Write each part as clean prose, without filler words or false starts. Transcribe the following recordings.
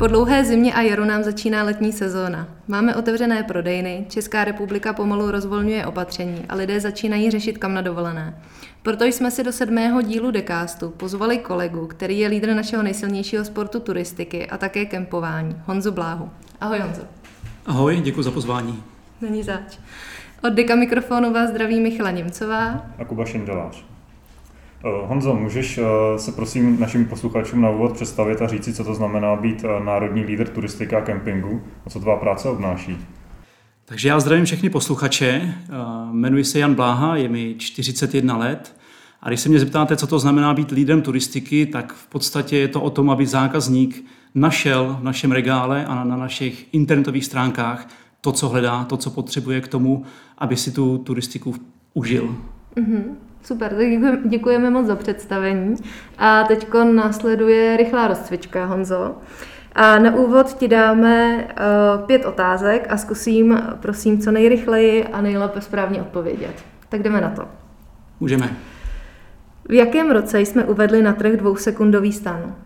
Po dlouhé zimě a jaru nám začíná letní sezóna. Máme otevřené prodejny, Česká republika pomalu rozvolňuje opatření a lidé začínají řešit, kam na dovolené. Proto jsme si do 7. dílu Decastu pozvali kolegu, který je lídr našeho nejsilnějšího sportu turistiky a také kempování, Honzu Bláhu. Ahoj, Honzo. Ahoj, děkuji za pozvání. Není zač. Od Deka mikrofonu vás zdraví Michala Němcová a Kuba Šindelář. Honzo, můžeš se prosím našim posluchačům na úvod představit a říci, co to znamená být národní lídr turistiky a kempingu a co tvá práce obnáší? Takže já zdravím všechny posluchače, jmenuji se Jan Bláha, je mi 41 let a když se mě zeptáte, co to znamená být lídrem turistiky, tak v podstatě je to o tom, aby zákazník našel v našem regále a na našich internetových stránkách to, co hledá, to, co potřebuje k tomu, aby si tu turistiku užil. Super, tak děkujeme moc za představení. A teď následuje rychlá rozcvička, Honzo. A na úvod ti dáme 5 otázek a zkusím, prosím, co nejrychleji a nejlépe správně odpovědět. Tak jdeme na to. Můžeme. V jakém roce jsme uvedli na trh 2sekundový stan?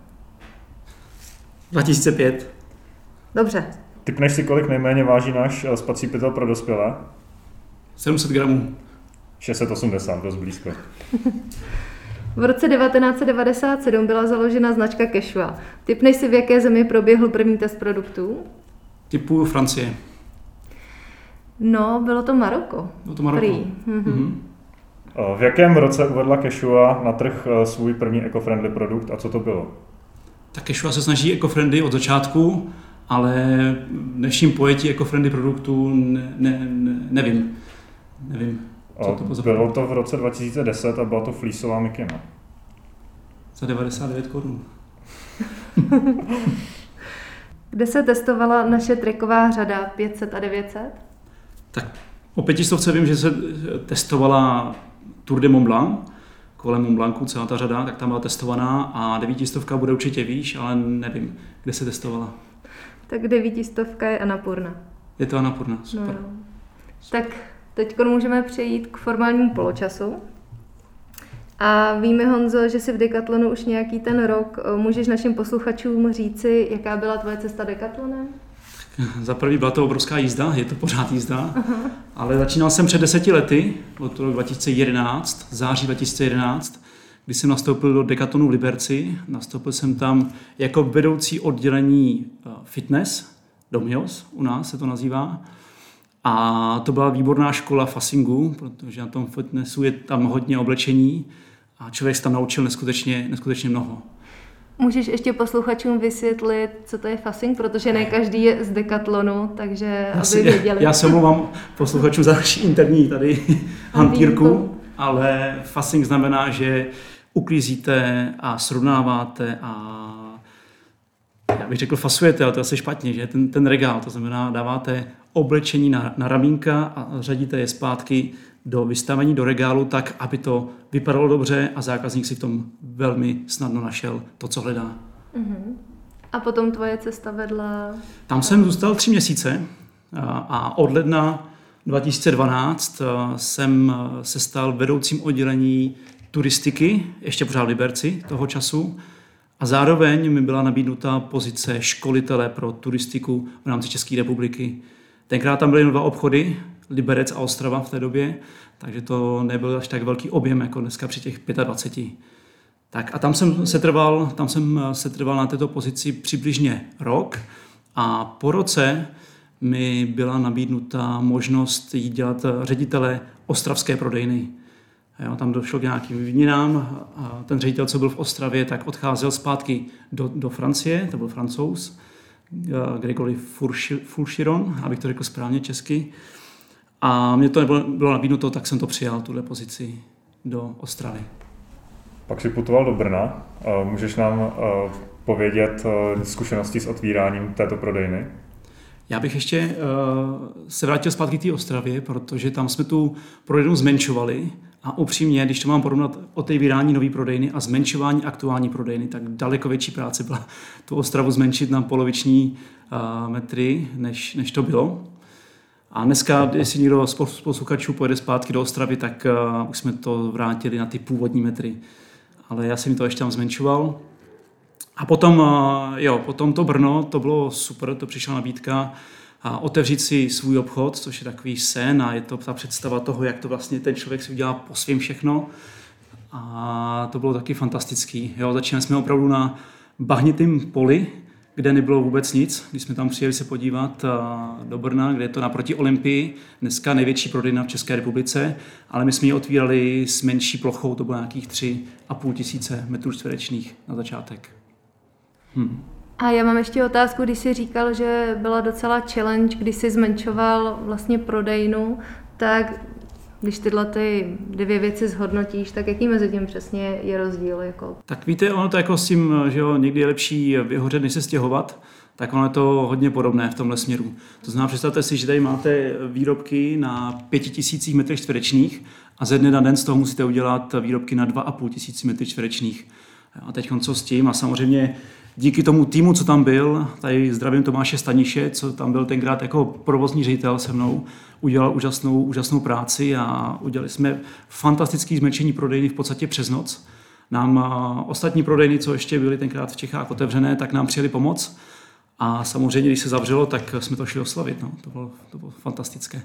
2005. Dobře. Tipneš si, kolik nejméně váží náš spací pytel pro dospělé? 700 gramů. 680, dost blízko. V roce 1997 byla založena značka Quechua. Tipneš si, v jaké zemi proběhl první test produktů? Typu Francie. No, bylo to Maroko. Bylo to Maroko. V jakém roce uvedla Quechua na trh svůj první eco-friendly produkt a co to bylo? Tak Quechua se snaží eco-friendly od začátku, ale v dnešním pojetí eco-friendly produktů nevím. Bylo to v roce 2010 a byla to fleeceová mikina. Za 99 korun. Kde se testovala naše treková řada 500 a 900? Tak o 500 vím, že se testovala Tour de Mont Blanc, kolem Mont Blancu celá ta řada, tak tam byla testovaná a 900 bude určitě výš, ale nevím, kde se testovala. Tak 900 je Annapurna. Je to Annapurna, super. No. Tak teď můžeme přejít k formálnímu poločasu. A víme, Honzo, že jsi v Decathlonu už nějaký ten rok. Můžeš našim posluchačům říci, jaká byla tvoje cesta Decathlonem? Za první byla to obrovská jízda, je to pořád jízda, ale začínal jsem před 10 lety, od roku 2011, září 2011, kdy jsem nastoupil do Decathlonu v Liberci. Nastoupil jsem tam jako vedoucí oddělení fitness, Domios, u nás se to nazývá. A to byla výborná škola fascingu, protože na tom fitnessu je tam hodně oblečení a člověk se tam naučil neskutečně mnoho. Můžeš ještě posluchačům vysvětlit, co to je fascing, protože ne každý je z Decathlonu, takže aby věděli. Já se omlouvám posluchačům za naši interní tady hantýrku, ale fascing znamená, že uklízíte a srovnáváte a já bych řekl fasujete, ale to je asi špatně, že ten regál, to znamená dáváte oblečení na ramínka a řadíte je zpátky do vystavení, do regálu tak, aby to vypadalo dobře a zákazník si v tom velmi snadno našel to, co hledá. A potom tvoje cesta vedla? Tam jsem zůstal 3 měsíce a od ledna 2012 jsem se stal vedoucím oddělení turistiky, ještě pořád v Liberci toho času. A zároveň mi byla nabídnuta pozice školitele pro turistiku v rámci České republiky. Tenkrát tam byly 2 obchody, Liberec a Ostrava v té době, takže to nebyl až tak velký objem jako dneska při těch 25. Tak a tam jsem se trval na této pozici přibližně rok a po roce mi byla nabídnuta možnost jít dělat ředitele ostravské prodejny. Jo, tam došlo k nějakým výměnám a ten ředitel, co byl v Ostravě, tak odcházel zpátky do Francie, to byl Francouz, Gregory Fourchiron, abych to řekl správně česky. A mě to bylo nabídnuto, tak jsem to přijal, tuhle pozici do Ostravy. Pak si putoval do Brna. Můžeš nám povědět zkušenosti s otvíráním této prodejny? Já bych ještě se vrátil zpátky k té Ostravě, protože tam jsme tu prodejnu zmenšovali a upřímně, když to mám porovnat otevírání nový prodejny a zmenšování aktuální prodejny, tak daleko větší práce byla tu Ostravu zmenšit na poloviční metry, než to bylo. A dneska, jestli někdo z posluchačů pojede zpátky do Ostravy, tak už jsme to vrátili na ty původní metry. Ale já jsem to ještě tam zmenšoval. A potom to Brno, to bylo super, to přišla nabídka a otevřít si svůj obchod, což je takový sen a je to ta představa toho, jak to vlastně ten člověk si udělá po svým všechno. A to bylo taky fantastický. Začínali jsme opravdu na bahnitém poli, kde nebylo vůbec nic. Když jsme tam přijeli se podívat do Brna, kde je to naproti Olympii, dneska největší prodejna v České republice, ale my jsme ji otvírali s menší plochou, to bylo nějakých 3,5 tisíce metrů čtverečných na začátek. A já mám ještě otázku, když jsi říkal, že byla docela challenge, když jsi zmenšoval vlastně prodejnu, tak když tyhle ty 2 věci zhodnotíš, tak jaký mezi tím přesně je rozdíl? Tak víte, ono to jako s tím, že někdy je lepší vyhořet, než se stěhovat, tak ono je to hodně podobné v tomhle směru. To znamená, představte si, že tady máte výrobky na 5000 metrech čtverečních a ze dne na den z toho musíte udělat výrobky na 2500 metrech čtverečních. A teď co s tím? A samozřejmě díky tomu týmu, co tam byl, tady zdravím Tomáše Staniše, co tam byl tenkrát jako provozní ředitel se mnou, udělal úžasnou práci a udělali jsme fantastické zmenšení prodejny v podstatě přes noc. Nám ostatní prodejny, co ještě byly tenkrát v Čechách otevřené, tak nám přijeli pomoc. A samozřejmě, když se zavřelo, tak jsme to šli oslavit. No. To bylo fantastické.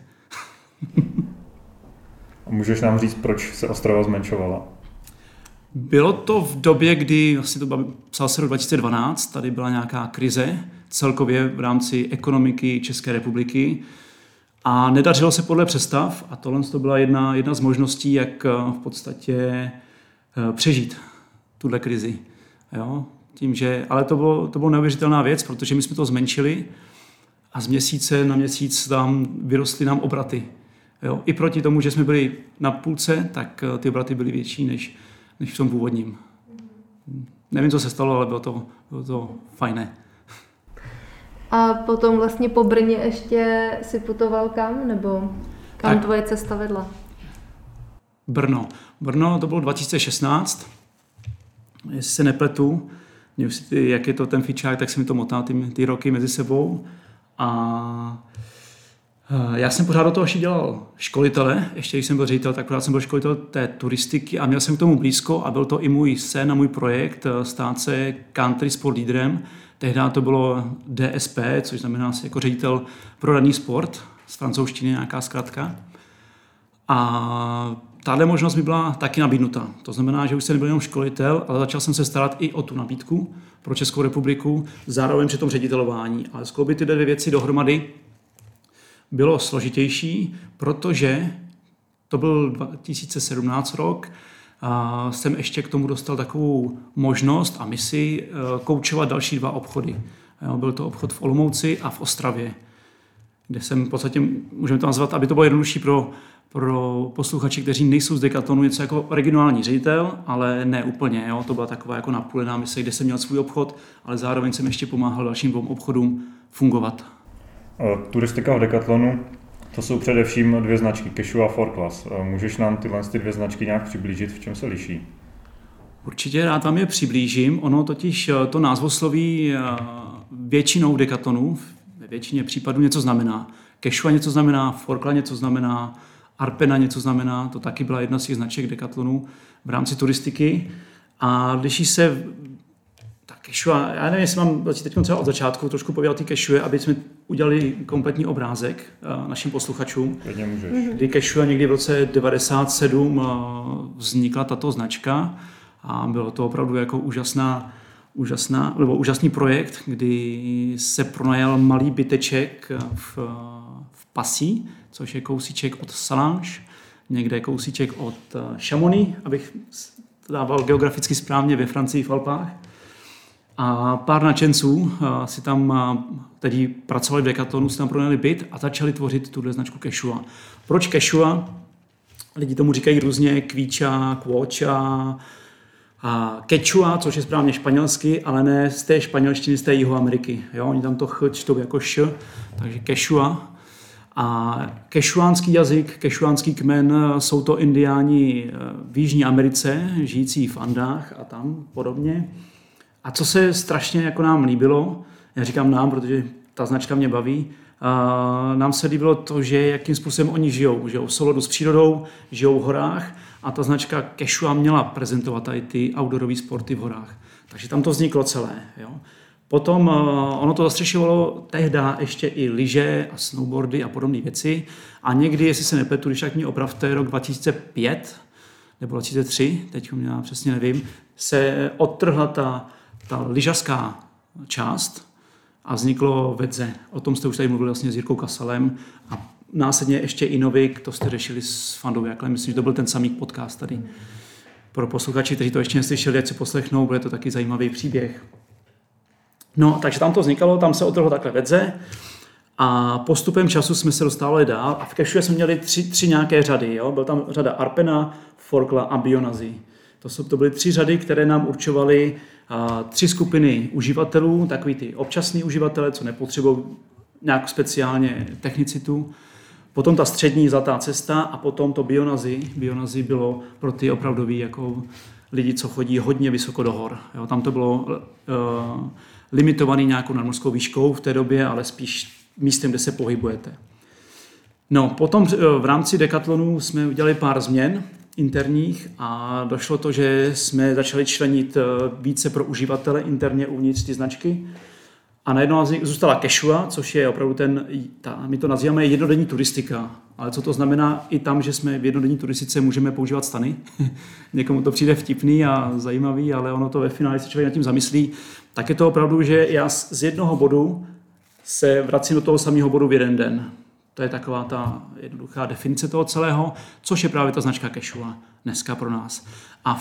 A můžeš nám říct, proč se Ostrava zmenšovala? Bylo to v době, kdy vlastně to psal se rok 2012, tady byla nějaká krize celkově v rámci ekonomiky České republiky a nedařilo se podle představ a tohle to byla jedna z možností, jak v podstatě přežít tuhle krizi. Jo? Ale to bylo neuvěřitelná věc, protože my jsme to zmenšili a z měsíce na měsíc tam vyrostly nám obraty. Jo? I proti tomu, že jsme byli na půlce, tak ty obraty byly větší než v tom původním. Nevím, co se stalo, ale bylo to fajné. A potom vlastně po Brně ještě si putoval kam? Nebo kam tvoje cesta vedla? Brno to bylo 2016. Jestli se nepletu, jak je to ten fičák, tak se mi to motá ty roky mezi sebou. A já jsem pořád do toho ještě dělal školitele, ještě když jsem byl ředitel, tak pořád jsem byl školitel té turistiky a měl jsem k tomu blízko a byl to i můj sen a můj projekt stát se country sport lídrem. Tehdy to bylo DSP, což znamená jako ředitel pro ranní sport, z francouzštiny nějaká zkratka. A tahle možnost mi byla taky nabídnuta. To znamená, že už jsem nebyl jenom školitel, ale začal jsem se starat i o tu nabídku pro Českou republiku, zároveň při tom ředitelování. Ale skloubit ty 2 věci dohromady bylo složitější, protože to byl 2017 rok a jsem ještě k tomu dostal takovou možnost a misi koučovat další 2 obchody. Byl to obchod v Olomouci a v Ostravě, kde jsem v podstatě, můžeme to nazvat, aby to bylo jednodušší pro posluchače, kteří nejsou z Decathlonu, něco jako regionální ředitel, ale ne úplně. Jo? To byla taková jako napůlená mise, kde jsem měl svůj obchod, ale zároveň jsem ještě pomáhal dalším 2 obchodům fungovat. Turistika v Decathlonu, to jsou především 2 značky, Quechua a 4Class. Můžeš nám tyhle 2 značky nějak přiblížit, v čem se liší? Určitě rád vám je přiblížím. Ono totiž to názvosloví většinou Decathlonu, ve většině případů něco znamená. Quechua něco znamená, 4Class něco znamená, Arpena něco znamená, to taky byla jedna z těch značek Decathlonu v rámci turistiky. A liší se Quechua, já nevím, jestli mám teď třeba od začátku trošku povědět o té Quechue, aby jsme udělali kompletní obrázek našim posluchačům. Kdy Quechua někdy v roce 1997 vznikla tato značka a bylo to opravdu jako úžasný projekt, kdy se pronajal malý byteček v Passy, což je kousíček od Salange, někde kousíček od Chamonix, abych dával geograficky správně ve Francii v Alpách. A pár nadšenců si tam, kteří pracovali v Decathlonu, si tam pronajali byt a začali tvořit tuhle značku Quechua. Proč Quechua? Lidi tomu říkají různě Kvíča, Quocha a Quechua, což je správně španělsky, ale ne z té španělštiny, z té Jihoameriky. Jo? Oni tam to ch čtou jako š, takže Quechua. A quechuánský jazyk, quechuánský kmen, jsou to indiáni v Jižní Americe, žijící v Andách a tam podobně. A co se strašně jako nám líbilo, já říkám nám, protože ta značka mě baví, nám se líbilo to, že jakým způsobem oni žijou v souladu s přírodou, žijou v horách a ta značka Quechua měla prezentovat tady ty outdoorové sporty v horách. Takže tam to vzniklo celé. Jo. Potom ono to zastřešovalo tehda ještě i lyže a snowboardy a podobné věci. A někdy, jestli se nepletu, když tak mě opravte, rok 2005 nebo 2003, teď já přesně nevím, se odtrhla ta lyžařská část a vzniklo vedze. O tom jste už tady mluvili vlastně s Jirkou Kasalem a následně ještě i Novik, to jste řešili s Fandou Jaklem, myslím, že to byl ten samý podcast tady. Pro posluchači, kteří to ještě neslyšeli, ať si poslechnou, bude to taky zajímavý příběh. No, takže tam to vznikalo, tam se odtrhlo takhle vedze a postupem času jsme se dostávali dál a v Quechua jsme měli tři nějaké řady. Jo? Byl tam řada Arpena, Forkla a Bionazy. To byly 3 řady, které nám určovaly 3 skupiny uživatelů, takový ty občasní uživatele, co nepotřebují nějak speciálně technicitu. Potom ta střední zlatá cesta a potom to Bionazy. Bionazy bylo pro ty opravdový jako lidi, co chodí hodně vysoko do hor. Jo? Tam to bylo limitovaný nějakou nadmořskou výškou v té době, ale spíš místem, kde se pohybujete. No, potom v rámci Decathlonu jsme udělali pár změn interních a došlo to, že jsme začali členit více pro uživatele interně uvnitř ty značky. A najednou zůstala Quechua, což je opravdu my to nazýváme jednodenní turistika. Ale co to znamená i tam, že jsme v jednodenní turistice můžeme používat stany. Někomu to přijde vtipný a zajímavý, ale ono to ve finále, se člověk nad tím zamyslí, tak je to opravdu, že já z jednoho bodu se vracím do toho samého bodu v jeden den. To je taková ta jednoduchá definice toho celého, což je právě ta značka Quechua dneska pro nás. A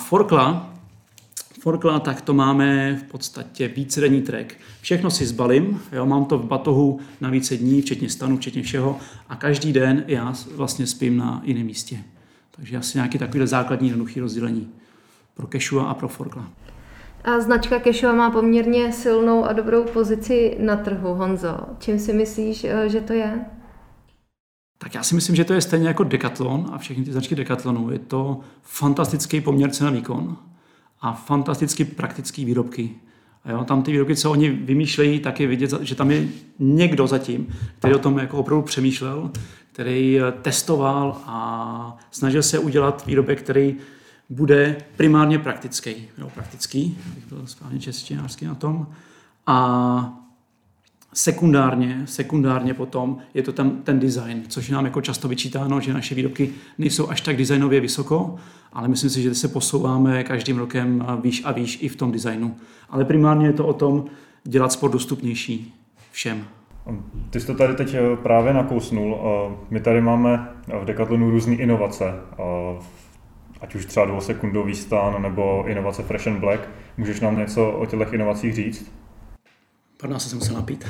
Forkla, tak to máme v podstatě vícedenní trek. Všechno si zbalím, jo, mám to v batohu na více dní, včetně stanu, včetně všeho a každý den já vlastně spím na jiném místě. Takže asi nějaký takový základní jednoduchý rozdělení pro Quechua a pro Forkla. A značka Quechua má poměrně silnou a dobrou pozici na trhu, Honzo. Čím si myslíš, že to je? Tak já si myslím, že to je stejně jako Decathlon a všechny ty značky Decathlonu. Je to fantastický poměr cena výkon a fantasticky praktický výrobky. A jo, tam ty výrobky, co oni vymýšlejí, tak je vidět, že tam je někdo zatím, který o tom jako opravdu přemýšlel, který testoval a snažil se udělat výrobek, který bude primárně praktický. Jo, praktický, abych byl správně češtinářský na tom. A sekundárně potom je to tam ten design, což nám jako často vyčítáno, že naše výrobky nejsou až tak designově vysoko, ale myslím si, že se posouváme každým rokem výš a výš i v tom designu. Ale primárně je to o tom dělat sport dostupnější všem. Ty jsi to tady teď právě nakousnul. My tady máme v Decathlonu různé inovace, ať už třeba 2sekundový stan nebo inovace Fresh and Black. Můžeš nám něco o těchto inovacích říct? Pardon, jsem se musel napít.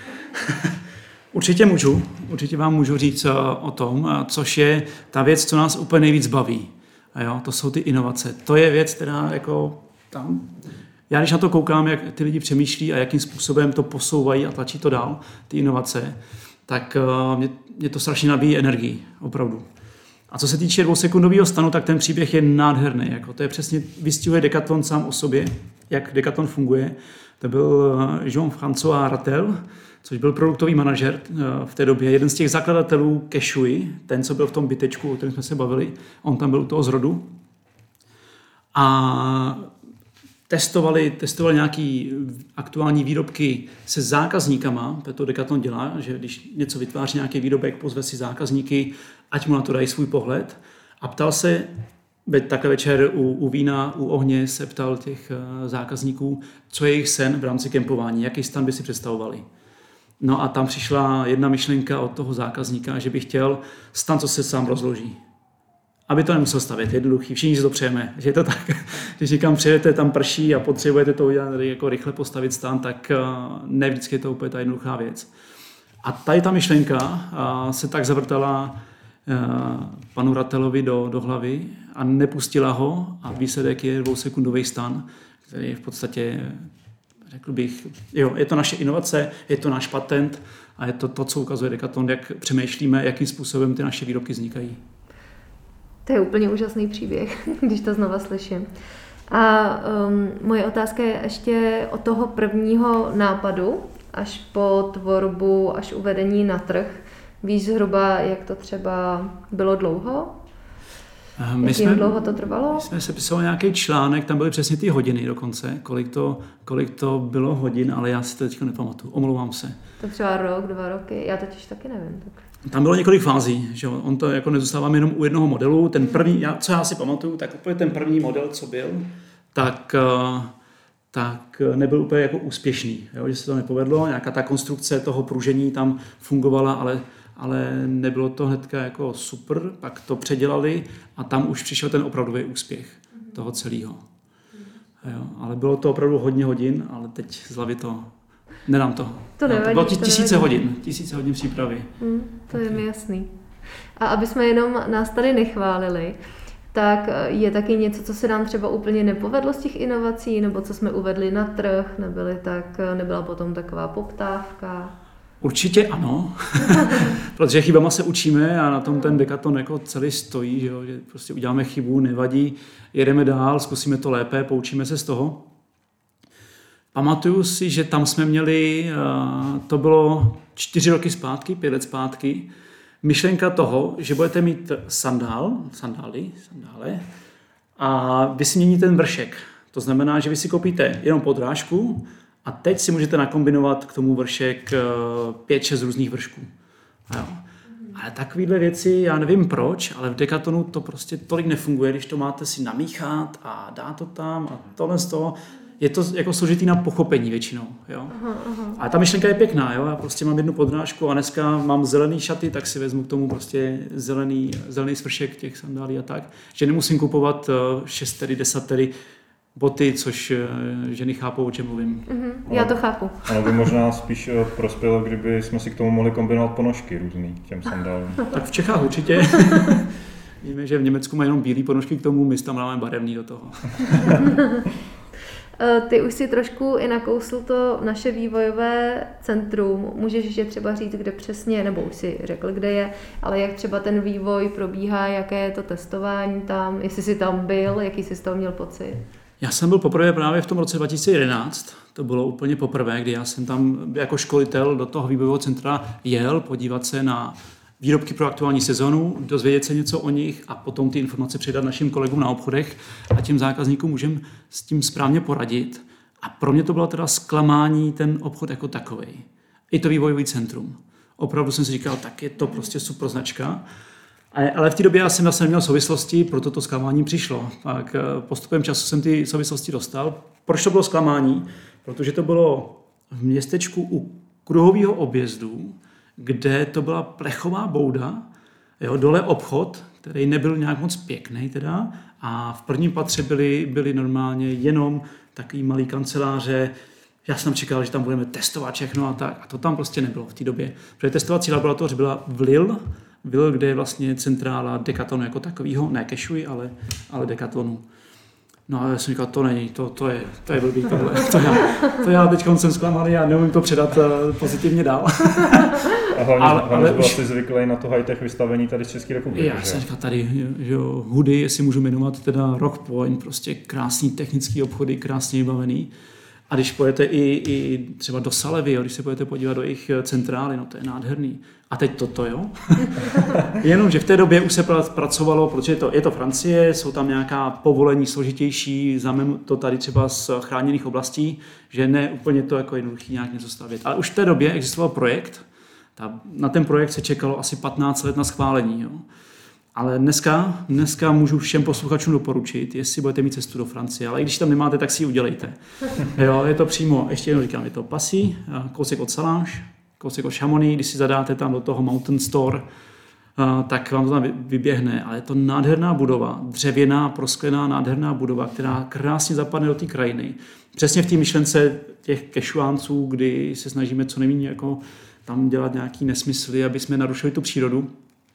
Určitě vám můžu říct o tom, což je ta věc, co nás úplně nejvíc baví. A jo, to jsou ty inovace. To je věc, která jako tam... Já když na to koukám, jak ty lidi přemýšlí a jakým způsobem to posouvají a tlačí to dál, ty inovace, tak mě to strašně nabíjí energii, opravdu. A co se týče 2sekundového stanu, tak ten příběh je nádherný. Jako to je přesně, vystihuje Decathlon sám o sobě, jak Decathlon funguje. To byl Jean-François Rattel, což byl produktový manažer v té době, jeden z těch zakladatelů Quechuy, ten, co byl v tom bytečku, o kterém jsme se bavili, on tam byl u toho zrodu. A testovali nějaký aktuální výrobky se zákazníkama, to Decathlon dělá, že když něco vytváří nějaký výrobek, pozve si zákazníky, ať mu na to dají svůj pohled a ptal se, takhle večer u vína, u ohně se ptal těch zákazníků, co je jejich sen v rámci kempování, jaký stan by si představovali. No a tam přišla jedna myšlenka od toho zákazníka, že by chtěl stan, co se sám rozloží. Aby to nemusel stavět, jednoduchý, všichni si to přejeme, že je to tak, když někam přijedete, tam prší a potřebujete to udělat jako rychle postavit stan, tak ne vždycky je to úplně ta jednoduchá věc. A tady ta myšlenka se tak zavrtala panu Rattelovi do hlavy a nepustila ho a výsledek je 2sekundový stan, který je v podstatě, řekl bych, jo, je to naše inovace, je to náš patent a je to, co ukazuje Decathlon, jak přemýšlíme, jakým způsobem ty naše výrobky vznikají. To je úplně úžasný příběh, když to znova slyším. A moje otázka je ještě od toho prvního nápadu až po tvorbu, až uvedení na trh. Víš zhruba, jak to třeba bylo dlouho? Jak dlouho to trvalo? My jsme sepisovali nějaký článek, tam byly přesně ty hodiny dokonce, kolik to bylo hodin, ale já si to teďka nepamatuju, omlouvám se. To třeba rok, 2 roky, já totiž taky nevím. Tak. Tam bylo několik fází, že on to jako nezůstává jenom u jednoho modelu, ten první, co já si pamatuju, tak úplně ten první model, co byl, tak nebyl úplně jako úspěšný, jo, že se to nepovedlo, nějaká ta konstrukce toho pružení tam fungovala, ale nebylo to hnedka jako super, pak to předělali a tam už přišel ten opravdový úspěch toho celého. Jo, ale bylo to opravdu hodně hodin, ale teď z hlavy to nedám toho. To nevadí. To bylo tisíce hodin přípravy. To je mi jasný. A aby jsme jenom nás tady nechválili, tak je taky něco, co se nám třeba úplně nepovedlo z těch inovací, nebo co jsme uvedli na trh, nebyla potom taková poptávka? Určitě ano, protože chybama se učíme a na tom ten Decathlon jako celý stojí, že prostě uděláme chybu, nevadí, jedeme dál, zkusíme to lépe, poučíme se z toho. Pamatuju si, že tam jsme měli, to bylo 4 roky zpátky, 5 let zpátky, myšlenka toho, že budete mít sandály a vy si měníte ten vršek. To znamená, že vy si koupíte jenom podrážku a teď si můžete nakombinovat k tomu vršek 5-6 různých vršků. Jo. Ale takovéhle věci, já nevím proč, ale v Decathlonu to prostě tolik nefunguje, když to máte si namíchat a dát to tam a tohle z toho. Je to jako složitý na pochopení většinou. Jo? A ta myšlenka je pěkná. Jo? Já prostě mám jednu podrážku a dneska mám zelený šaty, tak si vezmu k tomu prostě zelený svršek těch sandálí a tak. Že nemusím kupovat 6, 10 boty, což ženy chápou, o čem mluvím. Já to chápu. Ono by možná spíš prospělo, kdyby jsme si k tomu mohli kombinovat ponožky různý těm sandálům. Tak v Čechách určitě. Víme, že v Německu mají jenom bílé ponožky k tomu, my tam dáme barevný do toho. Ty už si trošku i nakousl to naše vývojové centrum. Můžeš ještě třeba říct, kde přesně, nebo už si řekl, kde je, ale jak třeba ten vývoj probíhá, jaké je to testování tam, jestli jsi tam byl, jaký jsi z toho měl pocit? Já jsem byl poprvé právě v tom roce 2011, to bylo úplně poprvé, kdy já jsem tam jako školitel do toho vývojového centra jel podívat se na výrobky pro aktuální sezonu, dozvědět se něco o nich a potom ty informace předat našim kolegům na obchodech a těm zákazníkům můžeme s tím správně poradit. A pro mě to bylo teda zklamání ten obchod jako takový. I to vývojové centrum. Opravdu jsem si říkal, tak je to prostě super značka. Ale v té době já jsem zase neměl souvislosti, proto to zklamání přišlo. Tak postupem času jsem ty souvislosti dostal. Proč to bylo zklamání? Protože to bylo v městečku u kruhového objezdu, kde to byla plechová bouda, jo, dole obchod, který nebyl nějak moc pěkný teda, a v prvním patře byly normálně jenom takový malý kanceláře. Já jsem čekal, že tam budeme testovat všechno a tak, a to tam prostě nebylo v té době. Protože testovací laboratoř byla v Lille, kde je vlastně centrála Decathlonu jako takového, ne Cashuy, ale Decathlonu. No a já jsem říkal, to není, to je blbý tohle. To já teď jsem zklamaný a neumím to předat pozitivně dál. A hlavně byl jsi zvyklý na to high-tech vystavení tady z České republiky. Já jsem říkal tady, že Hudy, jestli můžu jmenovat teda Rock Point, prostě krásný technický obchody, krásně vybavený. A když pojete i třeba do Salevy, když se pojete podívat do jejich centrály, no to je nádherný. A teď toto, jo? Jenomže v té době už se pracovalo, protože je to Francie, jsou tam nějaká povolení složitější, znamená to tady třeba z chráněných oblastí, že ne úplně to jako jednoduchý nějak něco stavět. Ale už v té době existoval projekt, na ten projekt se čekalo asi 15 let na schválení, jo? Ale dneska můžu všem posluchačům doporučit, jestli budete mít cestu do Francie, ale i když tam nemáte, tak si ji udělejte. Jo, je to přímo, ještě jednou říkám, je to Passy, kousek od Salange, kousek od Chamonix, když si zadáte tam do toho Mountain Store, tak vám to tam vyběhne, ale je to nádherná budova, dřevěná, prosklená, nádherná budova, která krásně zapadne do té krajiny. Přesně v té myšlence těch kešuánců, kdy se snažíme co nejméně jako tam dělat nějaký nesmysly, aby jsme narušili tu přírodu.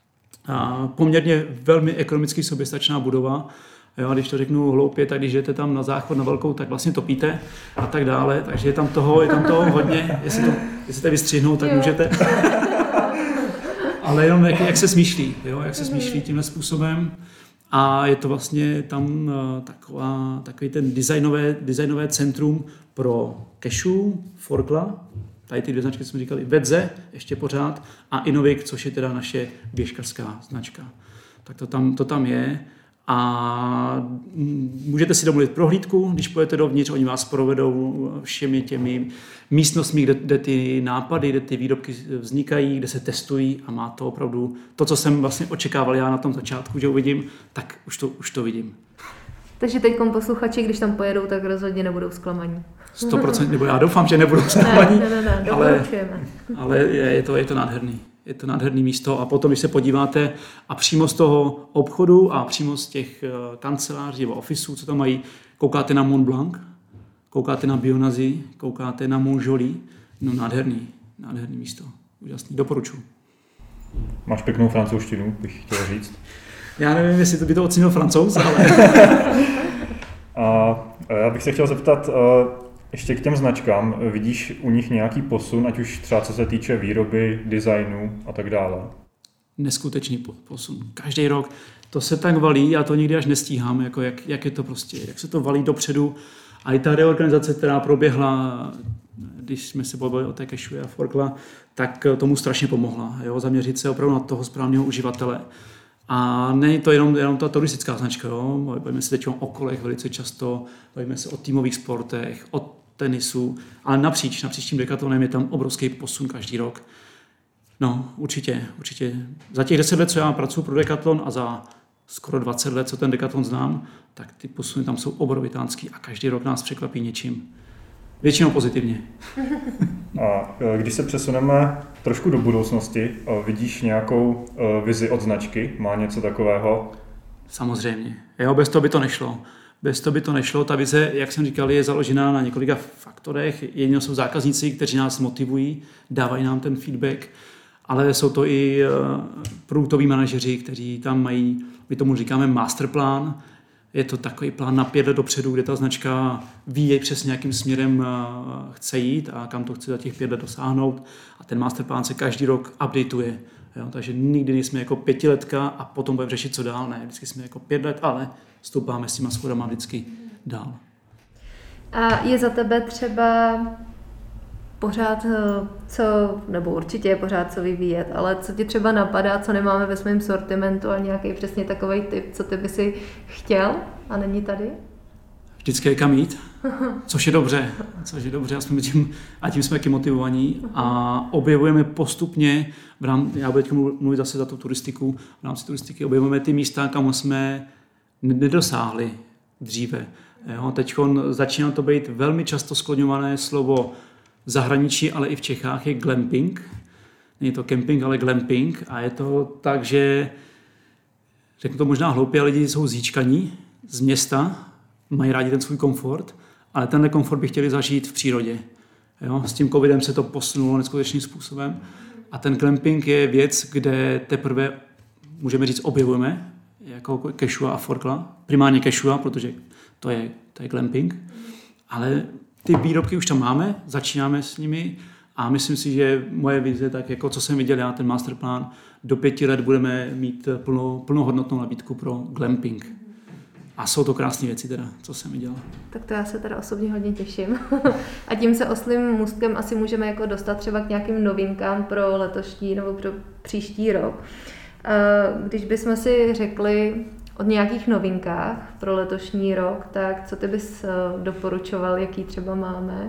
A poměrně velmi ekonomicky soběstačná budova. Jo, a když to řeknu hloupě, tak když jdete tam na záchod na velkou, tak vlastně topíte a tak dále. Takže je tam toho hodně. Jestli to vystřihnout, tak můžete. Ale jenom jak se smýšlí, jo, jak se smýšlí tímhle způsobem. A je to vlastně tam takový ten designové centrum pro Cashu, Forkla, tady ty 2 značky jsme říkali, Vedze, ještě pořád, a Innovik, což je teda naše běžkařská značka. Tak to tam je a můžete si domluvit prohlídku, když půjdete dovnitř, oni vás provedou všemi těmi místnostmi, kde ty nápady, kde ty výrobky vznikají, kde se testují a má to opravdu to, co jsem vlastně očekával já na tom začátku, že uvidím, tak už to vidím. Takže teď posluchači, když tam pojedou, tak rozhodně nebudou zklamaní. 100%, nebo já doufám, že nebudou zklamaní, ne, ale je to nádherný. Je to nádherný místo a potom, když se podíváte a přímo z toho obchodu a přímo z těch kanceláří nebo ofisů, co tam mají, koukáte na Mont Blanc, koukáte na Bionnazi, koukáte na Mont Joly, no nádherný místo, úžasný, doporučuji. Máš pěknou francouzštinu, bych chtěl říct. Já nevím, jestli to by to ocenil Francouz, ale... A já bych se chtěl zeptat, ještě k těm značkám, vidíš u nich nějaký posun, ať už třeba co se týče výroby, designu a tak dále? Neskutečný posun. Každý rok to se tak valí, já to nikdy až nestíhám, jako jak je to prostě, jak se to valí dopředu. A i ta reorganizace, která proběhla, když jsme se bavili o té Quechua a Forkla, tak tomu strašně pomohla. Jo? Zaměřit se opravdu na toho správného uživatele. A není to jenom ta turistická značka. Jo? Bavíme se teď o kolech velice často, bavíme se o týmových sportech, o tenisu, ale napříč tím Decathlonem je tam obrovský posun každý rok. No, určitě. Za těch 10 let, co já pracuji pro Decathlon a za skoro 20 let, co ten Decathlon znám, tak ty posuny tam jsou obrovitánský a každý rok nás překvapí něčím. Většinou pozitivně. A když se přesuneme trošku do budoucnosti, vidíš nějakou vizi od značky? Má něco takového? Samozřejmě. Jo, bez toho by to nešlo. Ta vize, jak jsem říkal, je založená na několika faktorech. Jedno jsou zákazníci, kteří nás motivují, dávají nám ten feedback, ale jsou to i produktoví manažeři, kteří tam mají, my tomu říkáme masterplán. Je to takový plán na 5 let dopředu, kde ta značka ví přesně, jakým směrem chce jít a kam to chce za těch 5 let dosáhnout. A ten masterplán se každý rok updateuje. Jo? Takže nikdy nejsme jako 5letka a potom budeme řešit, co dál. Ne, vždycky jsme jako 5 let, ale stoupáme s těma schodama vždycky dál. A je za tebe třeba pořád nebo určitě je pořád co vyvíjet, ale co ti třeba napadá, co nemáme ve svém sortimentu a nějaký přesně takovej typ, co ty by si chtěl a není tady? Vždycky je kam jít, což je dobře, a tím jsme taky motivovaní a objevujeme postupně, já budu teď mluvit zase za tu turistiku, v rámci turistiky objevujeme ty místa, kam jsme nedosáhli dříve. Teď začíná to být velmi často skloňované slovo v zahraničí, ale i v Čechách je glamping. Není to camping, ale glamping. A je to tak, že řeknu to možná hloupě, ale lidi jsou zíčkaní z města, mají rádi ten svůj komfort, ale tenhle komfort by chtěli zažít v přírodě. Jo? S tím covidem se to posunulo neskutečným způsobem. A ten glamping je věc, kde teprve, můžeme říct, objevujeme, jako Quechua a Forkla. Primárně Quechua, protože to je glamping. Ale ty výrobky už tam máme, začínáme s nimi a myslím si, že moje vize, tak jako co jsem viděl já, ten masterplán, do 5 let budeme mít plnohodnotnou nabídku pro glamping. A jsou to krásné věci teda, co jsem viděl. Tak to já se teda osobně hodně těším. A tím se oslým můstkem asi můžeme jako dostat třeba k nějakým novinkám pro letošní nebo pro příští rok. Když bychom si řekli o nějakých novinkách pro letošní rok, tak co ty bys doporučoval, jaký třeba máme?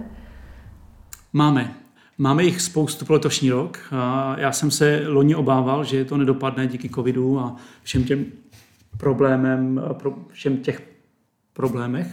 Máme jich spoustu pro letošní rok. Já jsem se loni obával, že to nedopadne díky covidu a všem těch problémech.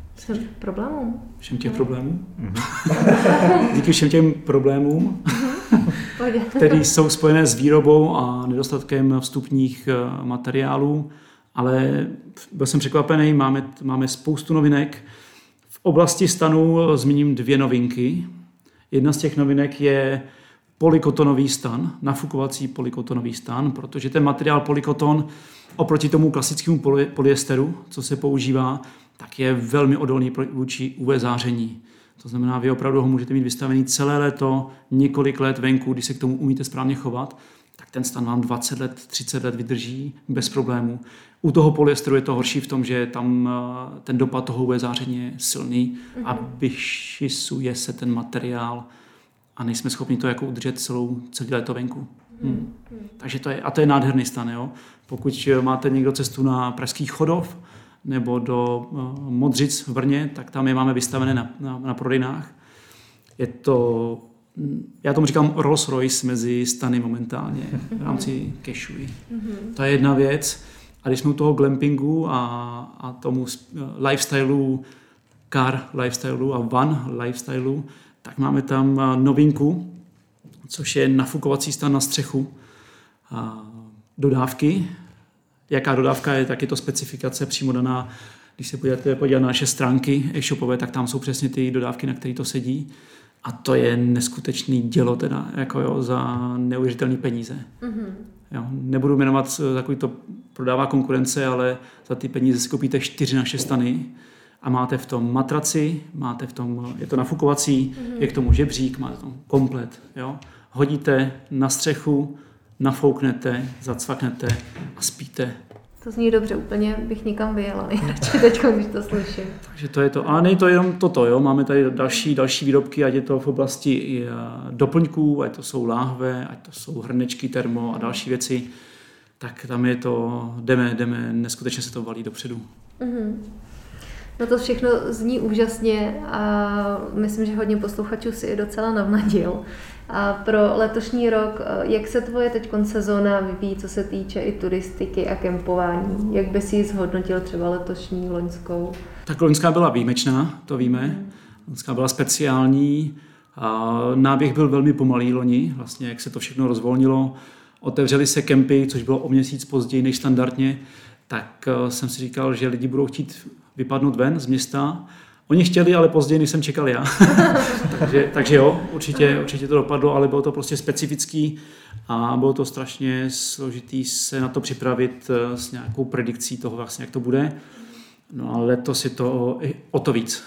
Díky všem těm problémům, které jsou spojené s výrobou a nedostatkem vstupních materiálů. Ale byl jsem překvapený, máme spoustu novinek. V oblasti stanu zmíním 2 novinky. Jedna z těch novinek je polykotonový stan, nafukovací polykotonový stan, protože ten materiál polykoton oproti tomu klasickému polyesteru, co se používá, tak je velmi odolný vůči UV záření. To znamená, vy opravdu ho můžete mít vystavený celé léto, několik let venku, když se k tomu umíte správně chovat, tak ten stan vám 20 let, 30 let vydrží bez problémů. U toho polyesteru je to horší v tom, že tam ten dopad toho UV záření je silný a vyšisuje se ten materiál a nejsme schopni to jako udržet celé léto venku. Takže to je nádherný stan. Jo? Pokud máte někdo cestu na Pražský Chodov nebo do Modřic v Brně, tak tam je máme vystavené na prodejnách. Je to, já tomu říkám Rolls Royce mezi stany momentálně v rámci Cashuji. To je jedna věc. A když jsme u toho glampingu a tomu lifestyleu, car lifestyleu a van lifestyleu, tak máme tam novinku, což je nafukovací stan na střechu. Dodávky. Jaká dodávka je, tak je to specifikace přímo daná. Když se podívat na naše stránky e-shopové, tak tam jsou přesně ty dodávky, na které to sedí. A to je neskutečný dělo teda, jako jo, za neuvěřitelné peníze. Jo, nebudu jmenovat, takový to prodává konkurence, ale za ty peníze si koupíte 4 naše stany a máte v tom matraci, máte v tom, je to nafukovací, je k tomu žebřík, máte tam komplet. Jo. Hodíte na střechu, nafouknete, zacvaknete a spíte. To zní dobře, úplně bych nikam vyjela nejradši teď, když to slyším. Takže to je to. A není to jenom toto, jo. Máme tady další výrobky, ať je to v oblasti doplňků, ať to jsou láhve, ať to jsou hrnečky, termo a další věci. Tak tam je to, jdeme, neskutečně se to valí dopředu. No to všechno zní úžasně a myslím, že hodně posluchačů si je docela navnadil. A pro letošní rok, jak se tvoje teď sezóna vyvíjí, co se týče i turistiky a kempování? Jak bys ji zhodnotil třeba letošní, loňskou? Tak loňská byla výjimečná, to víme. Loňská byla speciální. A náběh byl velmi pomalý loni, vlastně jak se to všechno rozvolnilo. Otevřely se kempy, což bylo o měsíc později než standardně. Tak jsem si říkal, že lidi budou chtít vypadnout ven z města. Oni chtěli, ale později, než jsem čekal já. takže jo, určitě to dopadlo, ale bylo to prostě specifický a bylo to strašně složitý se na to připravit s nějakou predikcí toho vlastně, jak to bude. No a letos je to o to víc.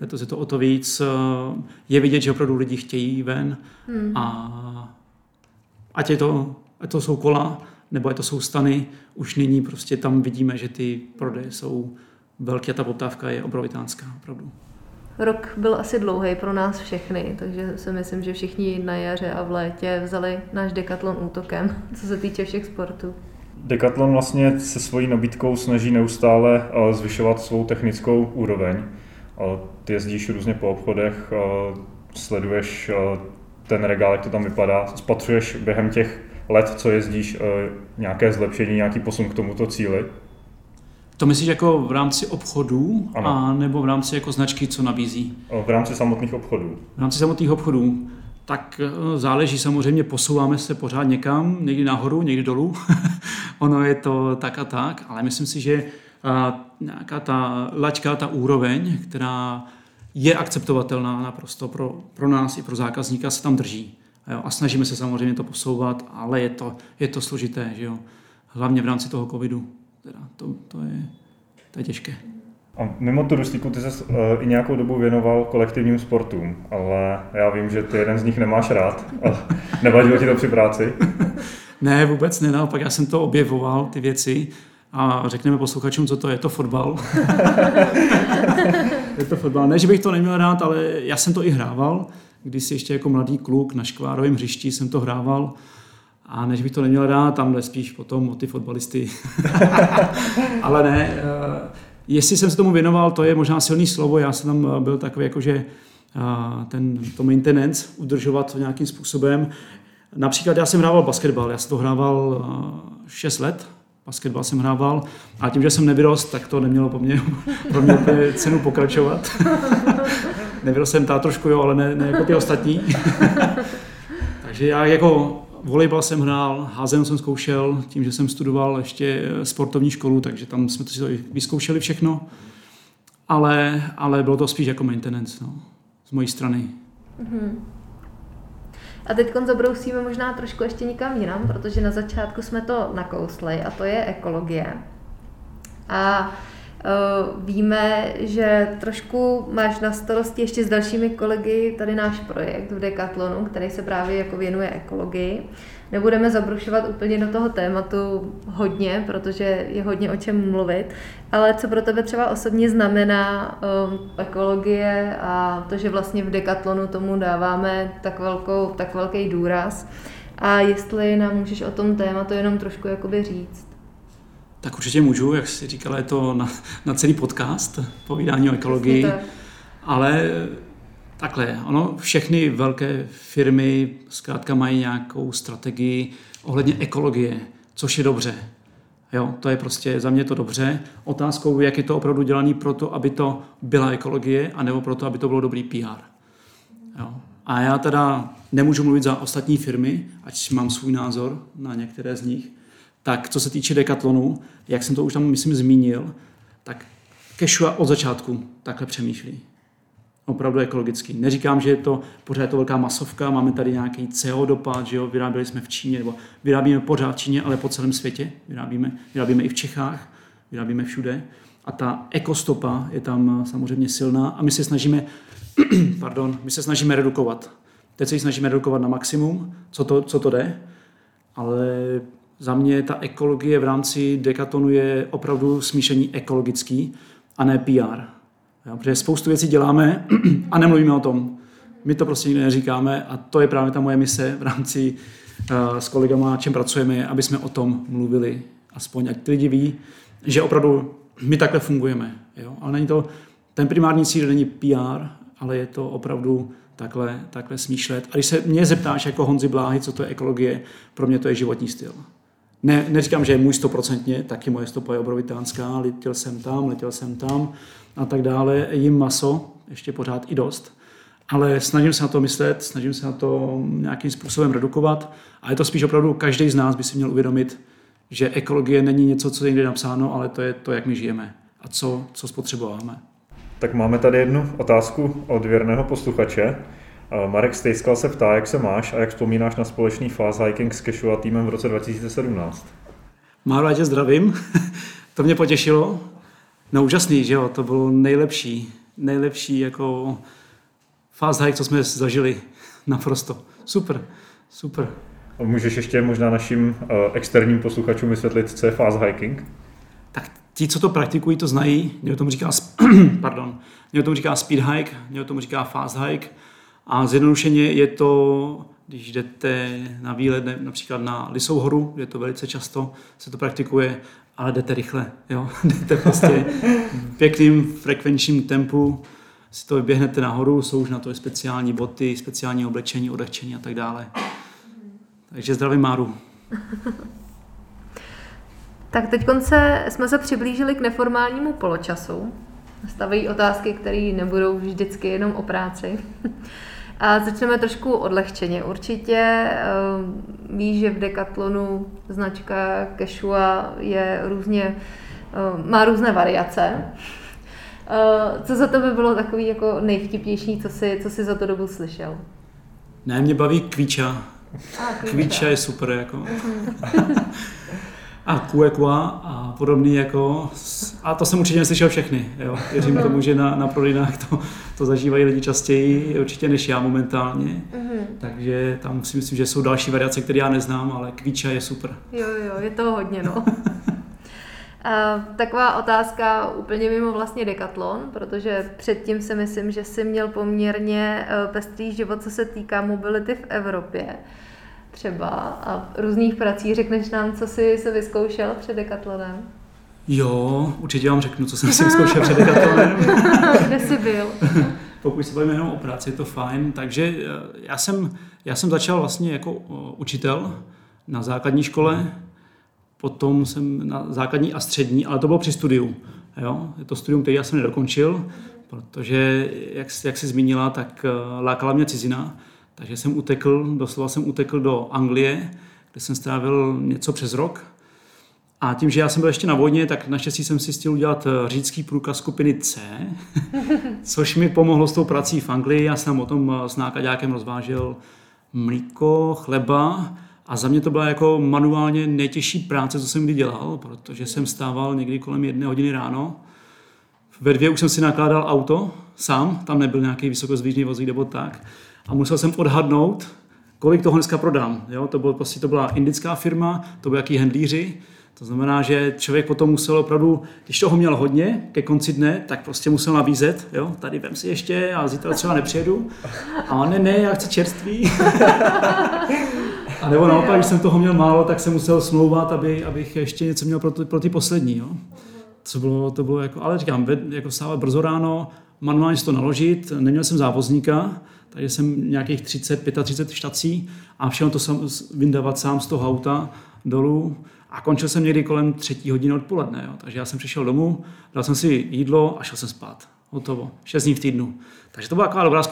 Je vidět, že opravdu lidi chtějí ven a ať to jsou kola, nebo ať to jsou stany, už nyní prostě tam vidíme, že ty prodeje jsou velký a ta poptávka je obrovitánská, opravdu. Rok byl asi dlouhý pro nás všechny, takže si myslím, že všichni na jaře a v létě vzali náš Decathlon útokem, co se týče všech sportů. Decathlon vlastně se svojí nabídkou snaží neustále zvyšovat svou technickou úroveň. Ty jezdíš různě po obchodech, sleduješ ten regál, jak to tam vypadá, spatřuješ během těch let, co jezdíš, nějaké zlepšení, nějaký posun k tomuto cíli? To myslíš jako v rámci obchodů, a nebo v rámci jako značky, co nabízí? V rámci samotných obchodů. V rámci samotných obchodů. Tak záleží samozřejmě, posouváme se pořád někam, někdy nahoru, někdy dolů. Ono je to tak a tak, ale myslím si, že nějaká ta laťka, ta úroveň, která je akceptovatelná naprosto pro nás i pro zákazníka, se tam drží. A snažíme se samozřejmě to posouvat, ale je to složité, že jo? Hlavně v rámci toho covidu. Teda to je těžké. A mimo turistiku ty ses i nějakou dobu věnoval kolektivním sportům, ale já vím, že ty jeden z nich nemáš rád. Nevadilo ti to při práci? Ne, vůbec ne, naopak já jsem to objevoval, ty věci, a řekneme posluchačům, co to je. Je to fotbal. Je to fotbal. Ne, že bych to neměl rád, ale já jsem to i hrával. Když si ještě jako mladý kluk na škvárovém hřišti jsem to hrával. A než bych to neměl rád, tam jde spíš potom o ty fotbalisty. Ale ne, jestli jsem se tomu věnoval, to je možná silný slovo. Já jsem tam byl takový, jakože to maintenance, udržovat to nějakým způsobem. Například já jsem hrával basketbal, já jsem to hrával 6 let. Basketbal jsem hrával a tím, že jsem nevyrost, tak to nemělo pro mě úplně cenu pokračovat. Nevyrost jsem trošku, jo, ale ne jako ty ostatní. Takže já jako volejbal jsem hrál, házenou jsem zkoušel, tím, že jsem studoval ještě sportovní školu, takže tam jsme si to vyzkoušeli všechno. Ale bylo to spíš jako maintenance, no, z mojí strany. A teď zabrousíme možná trošku ještě někam jinam, protože na začátku jsme to nakousli a to je ekologie. A víme, že trošku máš na starosti ještě s dalšími kolegy tady náš projekt v Decathlonu, který se právě jako věnuje ekologii. Nebudeme zabrušovat úplně do toho tématu hodně, protože je hodně o čem mluvit, ale co pro tebe třeba osobně znamená ekologie a to, že vlastně v Decathlonu tomu dáváme tak velký důraz. A jestli nám můžeš o tom tématu jenom trošku jakoby říct. Tak určitě můžu, jak jsi říkala, je to na celý podcast, povídání o ekologii, ale takhle, všechny velké firmy zkrátka mají nějakou strategii ohledně ekologie, což je dobře. Jo, to je prostě za mě to dobře. Otázkou, jak je to opravdu dělané proto, aby to byla ekologie, anebo proto, aby to bylo dobrý PR. Jo. A já teda nemůžu mluvit za ostatní firmy, ať mám svůj názor na některé z nich. Tak co se týče Decathlonu, jak jsem to už tam, myslím, zmínil, tak Quechua od začátku takhle přemýšlí. Opravdu ekologicky. Neříkám, že je to pořád je to velká masovka, máme tady nějaký CO dopad, že jo, vyráběli jsme v Číně, nebo vyrábíme pořád v Číně, ale po celém světě. Vyrábíme i v Čechách, vyrábíme všude. A ta ekostopa je tam samozřejmě silná a my se snažíme redukovat. Teď se ji snažíme redukovat na maximum, co to jde, ale za mě ta ekologie v rámci Decathlonu je opravdu smíšení ekologický a ne PR. Jo, protože spoustu věcí děláme a nemluvíme o tom. My to prostě nikdy neříkáme a to je právě ta moje mise v rámci s kolegama, čem pracujeme, aby jsme o tom mluvili. Aspoň ať ty lidi ví, že opravdu my takhle fungujeme. Jo? Ale není to, ten primární cíl není PR, ale je to opravdu takhle smýšlet. A když se mě zeptáš jako Honzi Bláhy, co to je ekologie, pro mě to je životní styl. Neříkám, že je můj 100%, taky moje stopa je obrovitánská, letěl jsem tam a tak dále. Jím maso, ještě pořád i dost, ale snažím se na to myslet, snažím se na to nějakým způsobem redukovat a je to spíš opravdu každý z nás by si měl uvědomit, že ekologie není něco, co je někde napsáno, ale to je to, jak my žijeme a co spotřebováme. Tak máme tady jednu otázku od věrného posluchače. Marek Stejskal se ptá, jak se máš a jak vzpomínáš na společný fast hiking s Quechua týmem v roce 2017. Máro, já tě zdravím. To mě potěšilo. No úžasný, že jo, to bylo nejlepší jako fast hike, co jsme zažili naprosto. Super. A můžeš ještě možná našim externím posluchačům vysvětlit, co je fast hiking? Tak ti, co to praktikují, to znají. Někdo tomu říká speed hike, někdo tomu říká fast hike. A zjednodušeně je to, když jdete na výlet, například na Lisou horu, kde to velice často se to praktikuje, ale jdete rychle. Jo? Jdete prostě v pěkným frekvenčním tempu, si to vyběhnete nahoru, jsou už na to speciální boty, speciální oblečení, odehčení a tak dále. Takže zdravím Máru. Tak teď jsme se přiblížili k neformálnímu poločasu. Nastavují otázky, které nebudou vždycky jenom o práci. A začneme trošku odlehčeně. Určitě víš, že v Decathlonu značka Quechua má různé variace. Co za to by bylo takový jako nejvtipnější, co jsi za tu dobu slyšel? Ne, mě baví Kvíča. Kvíča je super. Jako. A Quechua a podobný jako, a to jsem určitě neslyšel všechny, jo. Věřím tomu, že na prodejnách to zažívají lidi častěji, určitě než já momentálně, takže tam si myslím, že jsou další variace, které já neznám, ale Kvíča je super. Jo, je toho hodně, no. Taková otázka úplně mimo vlastně Decathlon, protože předtím si myslím, že jsi měl poměrně pestrý život, co se týká mobility v Evropě. Třeba a různých prací. Řekneš nám, co jsi se vyzkoušel před Decathlonem? Jo, určitě vám řeknu, co jsem si vyzkoušel před Decathlonem. Kde jsi byl? Pokud se bavíme jenom o práci, je to fajn. Takže já jsem začal vlastně jako učitel na základní škole, potom jsem na základní a střední, ale to bylo při studiu. Jo? Je to studium, který já jsem nedokončil, protože, jak jsi zmínila, tak lákala mě cizina. Takže doslova jsem utekl do Anglie, kde jsem strávil něco přes rok. A tím, že já jsem byl ještě na vojně, tak naštěstí jsem si stihl udělat řidičský průkaz skupiny C, což mi pomohlo s tou prací v Anglii. Já jsem o tom s náklaďákem rozvážel mlíko, chleba a za mě to byla jako manuálně nejtěžší práce, co jsem kdy dělal, protože jsem stával někdy kolem 1 hodiny ráno. Ve 2 už jsem si nakládal auto sám, tam nebyl nějaký vysokozdvižný vozík nebo tak. A musel jsem odhadnout, kolik toho dneska prodám. Jo? To byla indická firma, to byli jaký handlíři. To znamená, že člověk potom musel opravdu, když toho měl hodně ke konci dne, tak prostě musel nabízet. Jo? Tady vem si ještě a zítra třeba nepřijedu. A ne, já chci čerství. A nebo naopak, když jsem toho měl málo, tak jsem musel smlouvat, abych ještě něco měl pro ty poslední. Jo. To bylo jako, ale říkám, jako vstávat brzo ráno, manuálně si to naložit, neměl jsem závozníka, takže jsem nějakých 35 štací a všechno to vyndávat sám z toho auta dolů a končil jsem někdy kolem 3 hodiny odpoledne. Jo. Takže já jsem přišel domů, dal jsem si jídlo a šel jsem spát. Hotovo. 6 dní v týdnu. Takže to byla taková dobrá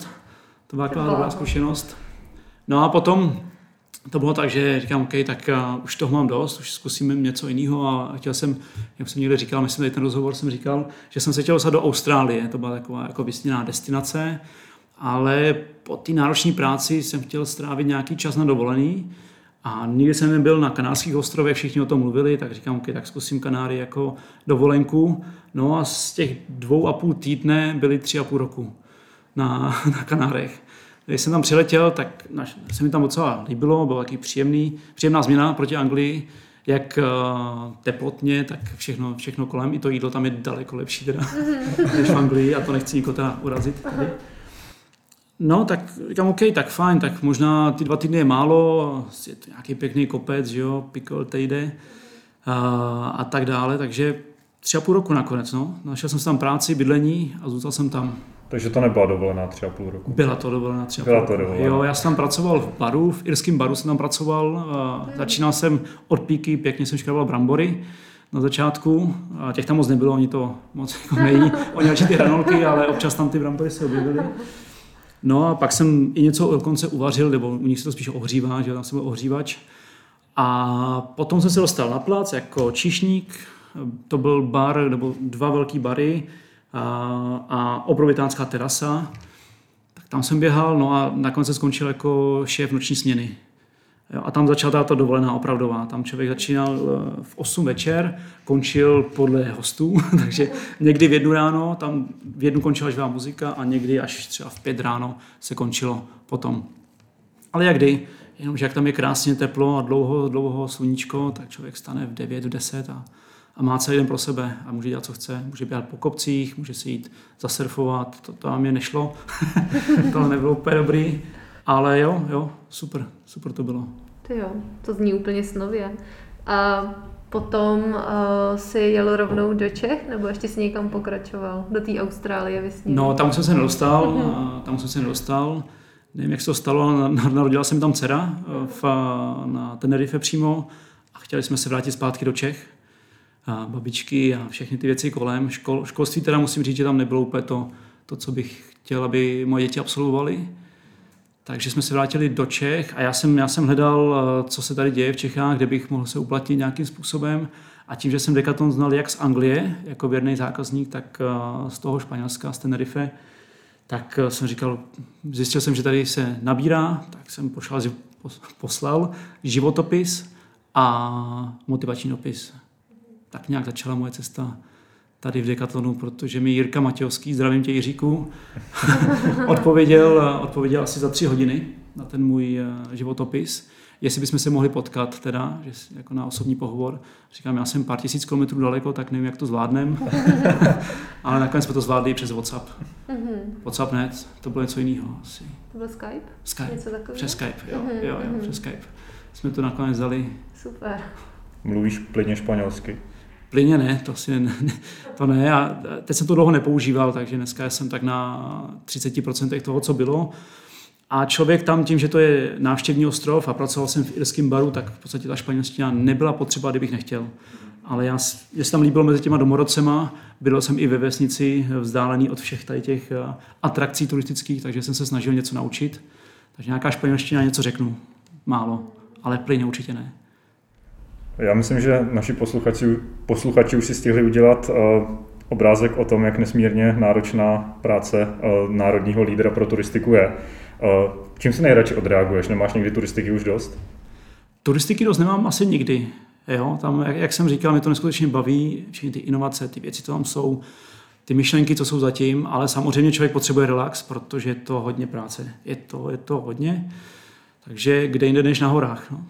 zkušenost. No a potom to bylo tak, že říkám, OK, tak už toho mám dost, už zkusím něco jiného a chtěl jsem, jak jsem někde říkal, myslím, že ten rozhovor jsem říkal, že jsem se chtěl dostat do Austrálie, to byla taková jako vysněná destinace, ale po té náročné práci jsem chtěl strávit nějaký čas na dovolený a nikdy jsem nebyl na Kanárských ostrovech, všichni o tom mluvili, tak říkám, OK, tak zkusím Kanáry jako dovolenku. No a z těch 2,5 týdne byly 3,5 roku na Kanárech. Když jsem tam přiletěl, tak se mi tam docela líbilo, bylo taky příjemná změna proti Anglii, jak teplotně, tak všechno kolem. I to jídlo tam je daleko lepší teda, než v Anglii a to nechci nikoho teda urazit tady. No, tak říkám, OK, tak fajn, tak možná ty 2 týdny je málo, je to nějaký pěkný kopec, že jo, Pickle Tejde a tak dále, takže 3,5 roku nakonec, no. Našel jsem si tam práci, bydlení a zůstal jsem tam. Takže to nebyla dovolená 3,5 roku? Byla to dovolená 3,5 roku. Jo, já jsem tam pracoval v baru, v irském baru jsem tam pracoval, začínal jsem od píky, pěkně jsem škrábal brambory na začátku, a těch tam moc nebylo, oni to moc jako nejí, oni radši ty hranolky, ale občas tam ty brambory se objevily. No a pak jsem i něco dokonce uvařil, nebo u nich se to spíš ohřívá, že tam jsem byl ohřívač. A potom jsem se dostal na plac jako číšník, to byl bar, nebo 2 velký bary a obrovitánská terasa. Tak tam jsem běhal, no a nakonec jsem skončil jako šéf noční směny. Jo, a tam začala ta dovolená opravdová. Tam člověk začínal v 8 večer, končil podle hostů, takže někdy v 1 ráno, tam v 1 končila živá muzika a někdy až třeba v 5 ráno se končilo potom. Ale jak kdy, jenomže jak tam je krásně teplo a dlouho sluníčko, tak člověk stane v 9, v 10 a má celý den pro sebe a může dělat, co chce. Může běhat po kopcích, může si jít zasurfovat, to nám je nešlo, to nebylo úplně dobrý. Ale jo, super to bylo. Ty jo, to zní úplně snově. A potom si jel rovnou do Čech, nebo ještě si někam pokračoval? Do té Austrálie vysněný? No, tam jsem se nedostal. Nevím, jak se to stalo, ale narodila se mi tam dcera na Tenerife přímo a chtěli jsme se vrátit zpátky do Čech. A babičky a všechny ty věci kolem. Školství teda musím říct, že tam nebylo úplně to, co bych chtěl, aby moje děti absolvovaly. Takže jsme se vrátili do Čech a já jsem hledal, co se tady děje v Čechách, kde bych mohl se uplatnit nějakým způsobem. A tím, že jsem Decathlon znal jak z Anglie, jako věrný zákazník, tak z toho Španělska, z Tenerife, tak jsem říkal, zjistil jsem, že tady se nabírá, tak jsem poslal životopis a motivační dopis. Tak nějak začala moje cesta tady v Decathlonu, protože mi Jirka Matějovský, zdravím tě Jiříku, odpověděl asi za 3 hodiny na ten můj životopis. Jestli bychom se mohli potkat teda, že jako na osobní pohovor. Říkám, já jsem pár tisíc kilometrů daleko, tak nevím, jak to zvládnem. Ale nakonec jsme to zvládli přes WhatsApp. WhatsApp net, to bylo něco jiného asi. To byl Skype? Skype, přes Skype, jo, přes Skype. Jsme to nakonec dali. Super. Mluvíš plynně španělsky? Plyně ne, to ne. A teď jsem to dlouho nepoužíval, takže dneska jsem tak na 30% toho, co bylo. A člověk tam tím, že to je návštěvní ostrov a pracoval jsem v irském baru, tak v podstatě ta španělština nebyla potřeba, kdybych nechtěl. Ale mě se tam líbilo mezi těma domorodcema, bydlel jsem i ve vesnici, vzdálený od všech tady těch atrakcí turistických, takže jsem se snažil něco naučit. Takže nějaká španělština, něco řeknu, málo, ale plyně určitě ne. Já myslím, že naši posluchači už si stihli udělat obrázek o tom, jak nesmírně náročná práce národního lídra pro turistiku je. Čím se nejradši odreaguješ? Nemáš někdy turistiky už dost? Turistiky dost nemám asi nikdy. Jo? Tam, jak jsem říkal, mě to neskutečně baví, všechny ty inovace, ty věci, co tam jsou, ty myšlenky, co jsou zatím, ale samozřejmě člověk potřebuje relax, protože je to hodně práce. Je to hodně. Takže kde jinde než na horách. No?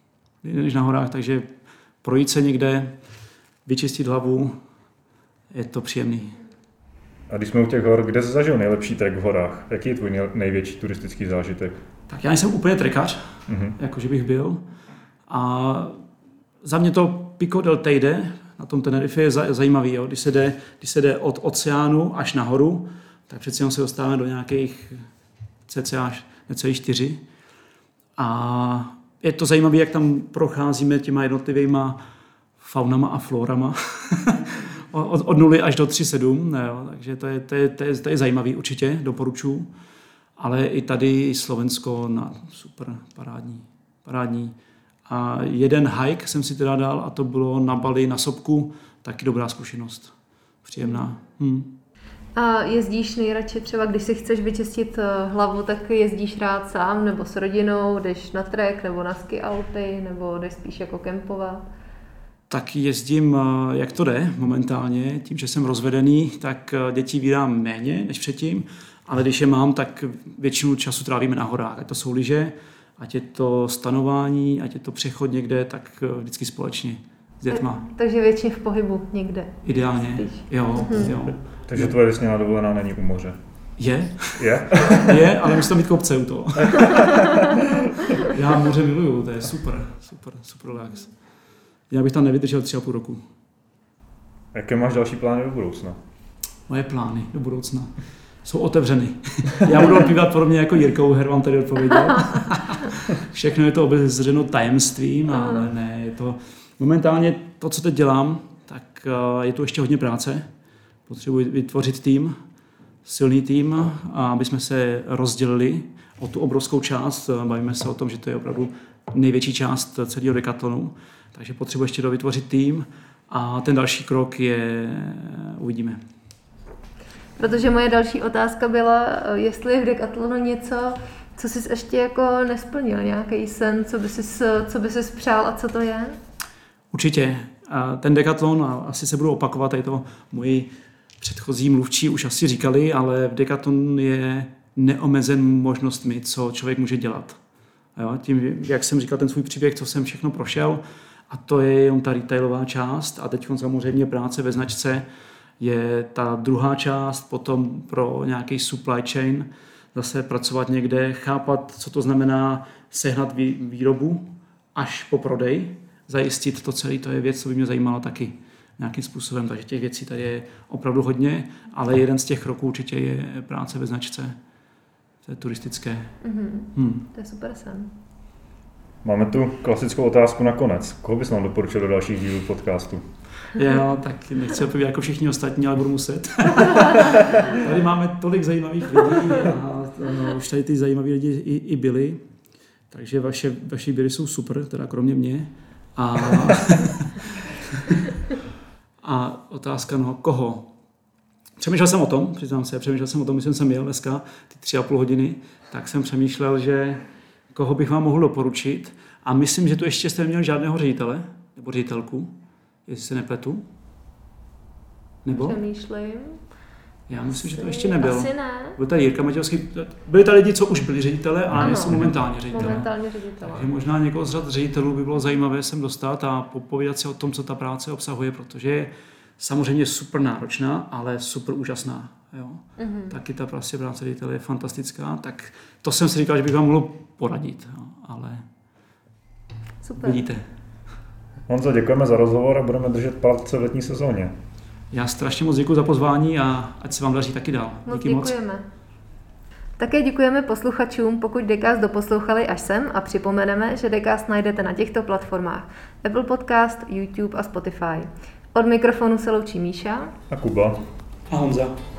Takže projít se někde, vyčistit hlavu, je to příjemný. A když jsme u těch hor, kde jsi zažil nejlepší trek v horách? Jaký je tvůj největší turistický zážitek? Tak já nejsem úplně trekař, jakože bych byl. A za mě to Pico del Teide na tom Tenerife je zajímavý. Jo? Když se jde od oceánu až nahoru, tak přeci jenom se dostáváme do nějakých cca necelých 4. A je to zajímavé, jak tam procházíme těma jednotlivýma faunama a florama. od 0 až do 3,7. Takže to je zajímavý, určitě doporučuji. Ale i tady Slovensko super, parádní. A jeden hike jsem si teda dal a to bylo na Bali, na Sopku, taky dobrá zkušenost. Příjemná. A jezdíš nejradši třeba, když si chceš vyčistit hlavu, tak jezdíš rád sám nebo s rodinou, jdeš na trek nebo na ski Alpy, nebo jdeš spíš jako kempovat? Tak jezdím, jak to jde momentálně. Tím, že jsem rozvedený, tak dětí vídám méně než předtím, ale když je mám, tak většinu času trávíme na horách. Ať to jsou lyže, ať je to stanování, ať je to přechod někde, tak vždycky společně s dětma. Takže většině v pohybu někde. Ideálně, jo. Takže tvoje vysněná dovolená není u moře? Je? Je, ale musím mít kopce u toho. Já moře miluju, to je super relax. Já bych tam nevydržel 3,5 roku. Jaké máš další plány do budoucna? Moje plány do budoucna jsou otevřeny. Já budu odpovídat podobně jako Jirka Uher vám tady odpověděl. Všechno je to obezřeno tajemstvím, ale ne, je to momentálně to, co teď dělám, tak je tu ještě hodně práce. Potřebuji vytvořit tým, silný tým, aby jsme se rozdělili o tu obrovskou část. Bavíme se o tom, že to je opravdu největší část celého Decathlonu. Takže potřebuji ještě vytvořit tým a ten další krok je, uvidíme. Protože moje další otázka byla, jestli je v Decathlonu něco, co jsi ještě jako nesplnil, nějaký sen, co by si přál a co to je? Určitě. Ten Decathlon, a asi se budu opakovat, tady to moji předchozí mluvčí už asi říkali, ale v Decathlon je neomezen možnostmi, co člověk může dělat. Jo, tím, jak jsem říkal, ten svůj příběh, co jsem všechno prošel, a to je jenom ta retailová část a teď samozřejmě práce ve značce je ta druhá část, potom pro nějaký supply chain, zase pracovat někde, chápat, co to znamená sehnat výrobu až po prodej, zajistit to celé, to je věc, co by mě zajímalo taky nějakým způsobem, takže těch věcí tady je opravdu hodně, ale jeden z těch kroků určitě je práce ve značce, to je turistické. To je super sen. Máme tu klasickou otázku na konec. Koho bys nám doporučil do dalších dílů podcastu? Jo, tak nechci odpovědět jako všichni ostatní, ale budu muset. Tady máme tolik zajímavých lidí a už tady ty zajímaví lidi i byli, takže vaši byli jsou super, teda kromě mě. A otázka, koho? Přemýšlel jsem o tom, přiznám se, když jsem měl dneska ty 3,5 hodiny, tak jsem přemýšlel, že koho bych vám mohl doporučit. A myslím, že tu ještě jste neměl žádného ředitele nebo ředitelku, jestli se nepletu. Nebo? Přemýšlím. Já myslím, že to ještě nebyl. Asi ne. Byl tady Jirka Matějovský. Byli tady lidi, co už byli ředitele, ale nejsou momentálně ředitele. Takže možná někoho z řad ředitelů by bylo zajímavé sem dostat a popovídat si o tom, co ta práce obsahuje, protože je samozřejmě super náročná, ale super úžasná. Jo? Taky ta práce ředitele je fantastická, tak to jsem si říkal, že bych vám mohl poradit, jo? Ale super. Vidíte. Honzo, děkujeme za rozhovor a budeme držet palce v letní sezóně. Já strašně moc děkuji za pozvání a ať se vám daří taky dál. Díky moc. Děkujeme. Také děkujeme posluchačům, pokud Decast doposlouchali až sem a připomeneme, že Decast najdete na těchto platformách: Apple Podcast, YouTube a Spotify. Od mikrofonu se loučí Míša a Kuba a Honza.